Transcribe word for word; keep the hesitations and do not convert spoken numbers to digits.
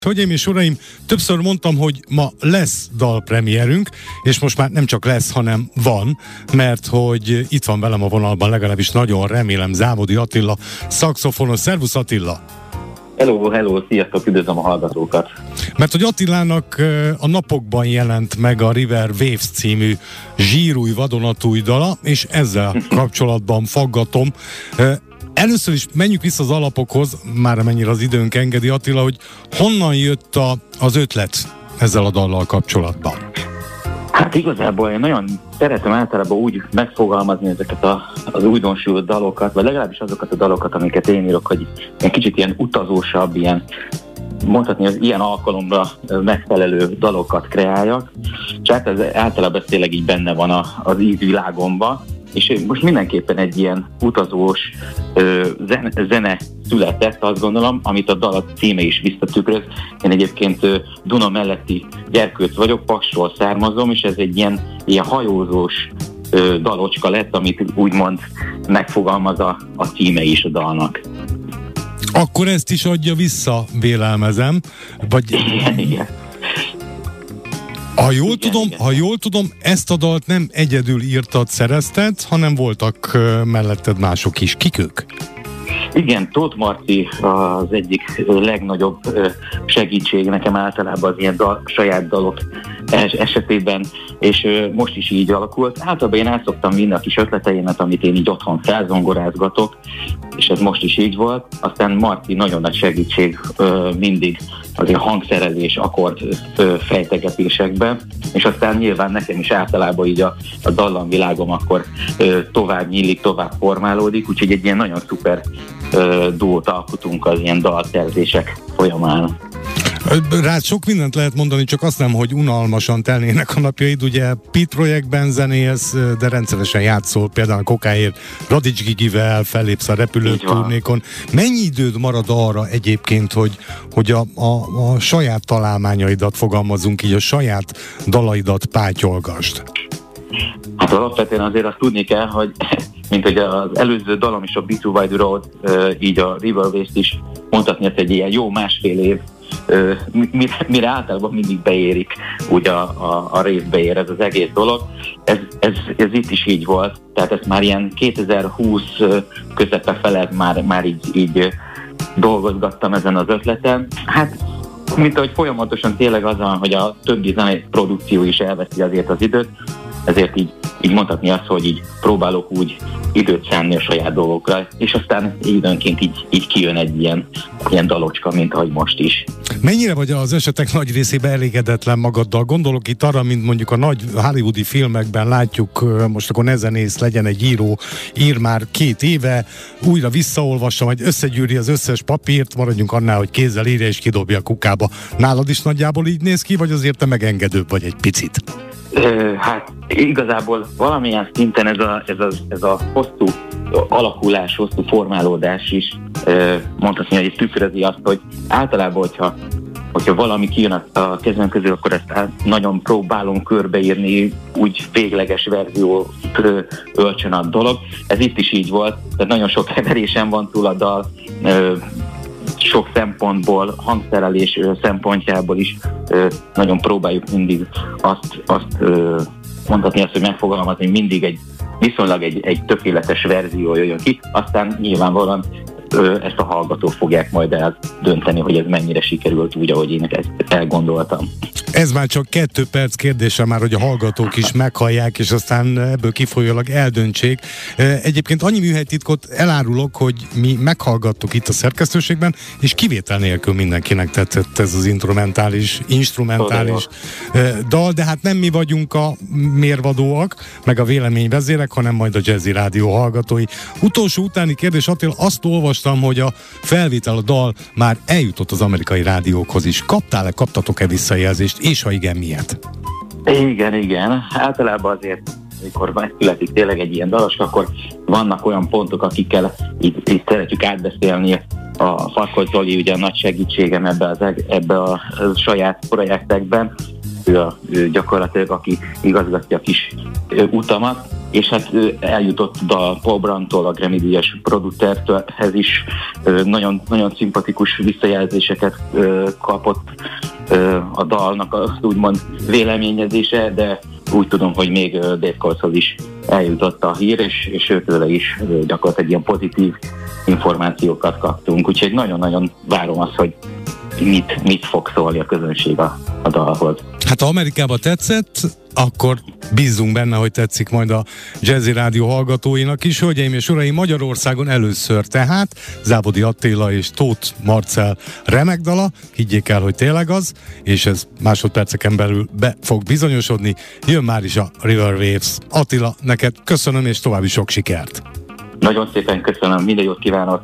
Hölgyeim és uraim, többször mondtam, hogy ma lesz dalpremierünk, és most már nem csak lesz, hanem van, mert hogy itt van velem a vonalban, legalábbis nagyon remélem, Závodi Attila, szaxofonos. Szervusz Attila! Hello, hello, sziasztok, üdvözlöm a hallgatókat! Mert hogy Attilának a napokban jelent meg a River Waves című zsírúj, vadonatúj dala, és ezzel kapcsolatban faggatom. Először is menjünk vissza az alapokhoz, már amennyire az időnk engedi, Attila, hogy honnan jött a, az ötlet ezzel a dallal kapcsolatban? Hát igazából én nagyon szeretem általában úgy megfogalmazni ezeket a, az újdonsült dalokat, vagy legalábbis azokat a dalokat, amiket én írok, hogy egy kicsit ilyen utazósabb, ilyen mondhatni, az ilyen alkalomra megfelelő dalokat kreáljak, és hát ez általában tényleg így benne van a, az ízvilágomban. És most mindenképpen egy ilyen utazós ö, zene, zene született, azt gondolom, amit a dal címe is visszatükröz. Én egyébként ö, Duna melletti gyerkőc vagyok, Paksról származom, és ez egy ilyen, ilyen hajózós ö, dalocska lett, amit úgymond megfogalmaz a, a címe is a dalnak. Akkor ezt is adja vissza, vélelmezem. Vagy... Igen, igen. Ha jól, igen, tudom, igen. ha jól tudom, ezt a dalt nem egyedül írtad, szerezted, hanem voltak uh, melletted mások is. Kik ők? Igen, Tóth Marci az egyik legnagyobb segítség nekem általában az ilyen dal, saját dalok esetében, és most is így alakult. Általában én el szoktam vinni a kis ötleteimet, amit én így otthon felzongorázgatok, és ez most is így volt. Aztán Marci nagyon nagy segítség mindig azért hangszerelés, akkord fejtegetésekben, és aztán nyilván nekem is általában így a, a dallamvilágom akkor tovább nyílik, tovább formálódik, úgyhogy egy ilyen nagyon szuper duót alkotunk az ilyen daltervezések folyamán. Rád sok mindent lehet mondani, csak azt nem, hogy unalmasan telnének a napjaid. Ugye Pit projektben zenélsz, de rendszeresen játszol, például Kokáért Radics Gigivel, fellépsz a repülőturnékon. Mennyi időd marad arra egyébként, hogy, hogy a, a, a saját találmányaidat fogalmazunk így, a saját dalaidat pátyolgasd? Hát alapvetően azért azt tudni kell, hogy mint hogy az előző dalom is, a Be Too Wide Road, így a River Waves-t is mondhatni, hogy egy ilyen jó másfél év, mire, mire általában mindig beérik, úgy a, a, a részbe ér ez az egész dolog. Ez, ez, ez itt is így volt, tehát ezt már ilyen kétezer-húsz közepe felett már, már így, így dolgozgattam ezen az ötleten. Hát, mint ahogy folyamatosan tényleg az van, hogy a többi zenei produkció is elveszi azért az időt, ezért így, így mondhatni azt, hogy így próbálok úgy időt szánni a saját dolgokra, és aztán időnként így, így kijön egy ilyen, ilyen dalocska, mint ahogy most is. Mennyire vagy az esetek nagy részében elégedetlen magaddal? Gondolok itt arra, mint mondjuk a nagy hollywoodi filmekben látjuk, most akkor ne zenész, legyen egy író, ír már két éve, újra visszaolvassa, majd összegyűri az összes papírt, maradjunk annál, hogy kézzel írja és kidobja a kukába. Nálad is nagyjából így néz ki, vagy azért te megengedőbb vagy egy picit? Hát igazából valamilyen szinten ez a, ez a, ez a hosszú alakulás, hosszú formálódás is mondhatni, hogy tükrözi azt, hogy általában, hogyha, hogyha valami kijön a, a kezem közül, akkor ezt nagyon próbálom körbeírni, úgy végleges verzió öltsön a dolog. Ez itt is így volt, tehát nagyon sok heverésem van túl a dal, sok szempontból, hangszerelés szempontjából is nagyon próbáljuk mindig azt, azt mondhatni azt, hogy megfogalmazni, mindig egy viszonylag egy, egy tökéletes verzió jöjjön ki, aztán nyilvánvalóan ezt a hallgatók fogják majd eldönteni, hogy ez mennyire sikerült úgy, ahogy én ezt elgondoltam. Ez már csak kettő perc kérdése már, hogy a hallgatók is meghallják, és aztán ebből kifolyólag eldöntsék. Egyébként annyi műhelytitkot elárulok, hogy mi meghallgattuk itt a szerkesztőségben, és kivétel nélkül mindenkinek tetszett ez az instrumentális, instrumentális dal, de hát nem mi vagyunk a mérvadóak, meg a véleményvezérek, hanem majd a Jazzy Rádió hallgatói. Utolsó utáni kérdés, Attila, azt olvastam, hogy a felvétel, a dal már eljutott az amerikai rádiókhoz is. Kaptál-e, kaptatok-e visszajelzést, és ha igen, miért? Igen, igen. Általában azért, amikor megszületik tényleg egy ilyen dalos, akkor vannak olyan pontok, akikkel így, így szeretjük átbeszélni. A Farkas Zoli ugye a nagy segítségem ebbe, az, ebbe a, a saját projektekben. Ő, a, ő gyakorlatilag, aki igazgatja a kis utamat. és hát eljutott a Paul Brandtól, a Grammy-díjas producerhez is nagyon, nagyon szimpatikus visszajelzéseket kapott a dalnak az úgymond véleményezése, de úgy tudom, hogy még Dave Kohlshoz is eljutott a hír, és, és őtőle is gyakorlatilag ilyen pozitív információkat kaptunk, úgyhogy nagyon-nagyon várom azt, hogy mit, mit fog szólni a közönség a, a dalhoz. Hát ha Amerikában tetszett, akkor bízzunk benne, hogy tetszik majd a Jazzy Rádió hallgatóinak is. Hölgyeim és uraim, Magyarországon először tehát Zápodi Attila és Tóth Marcell remek dala, higgyék el, hogy tényleg az, és ez másodperceken belül be fog bizonyosodni. Jön már is a River Waves. Attila, neked köszönöm, és további sok sikert! Nagyon szépen köszönöm, minden jót kívánok!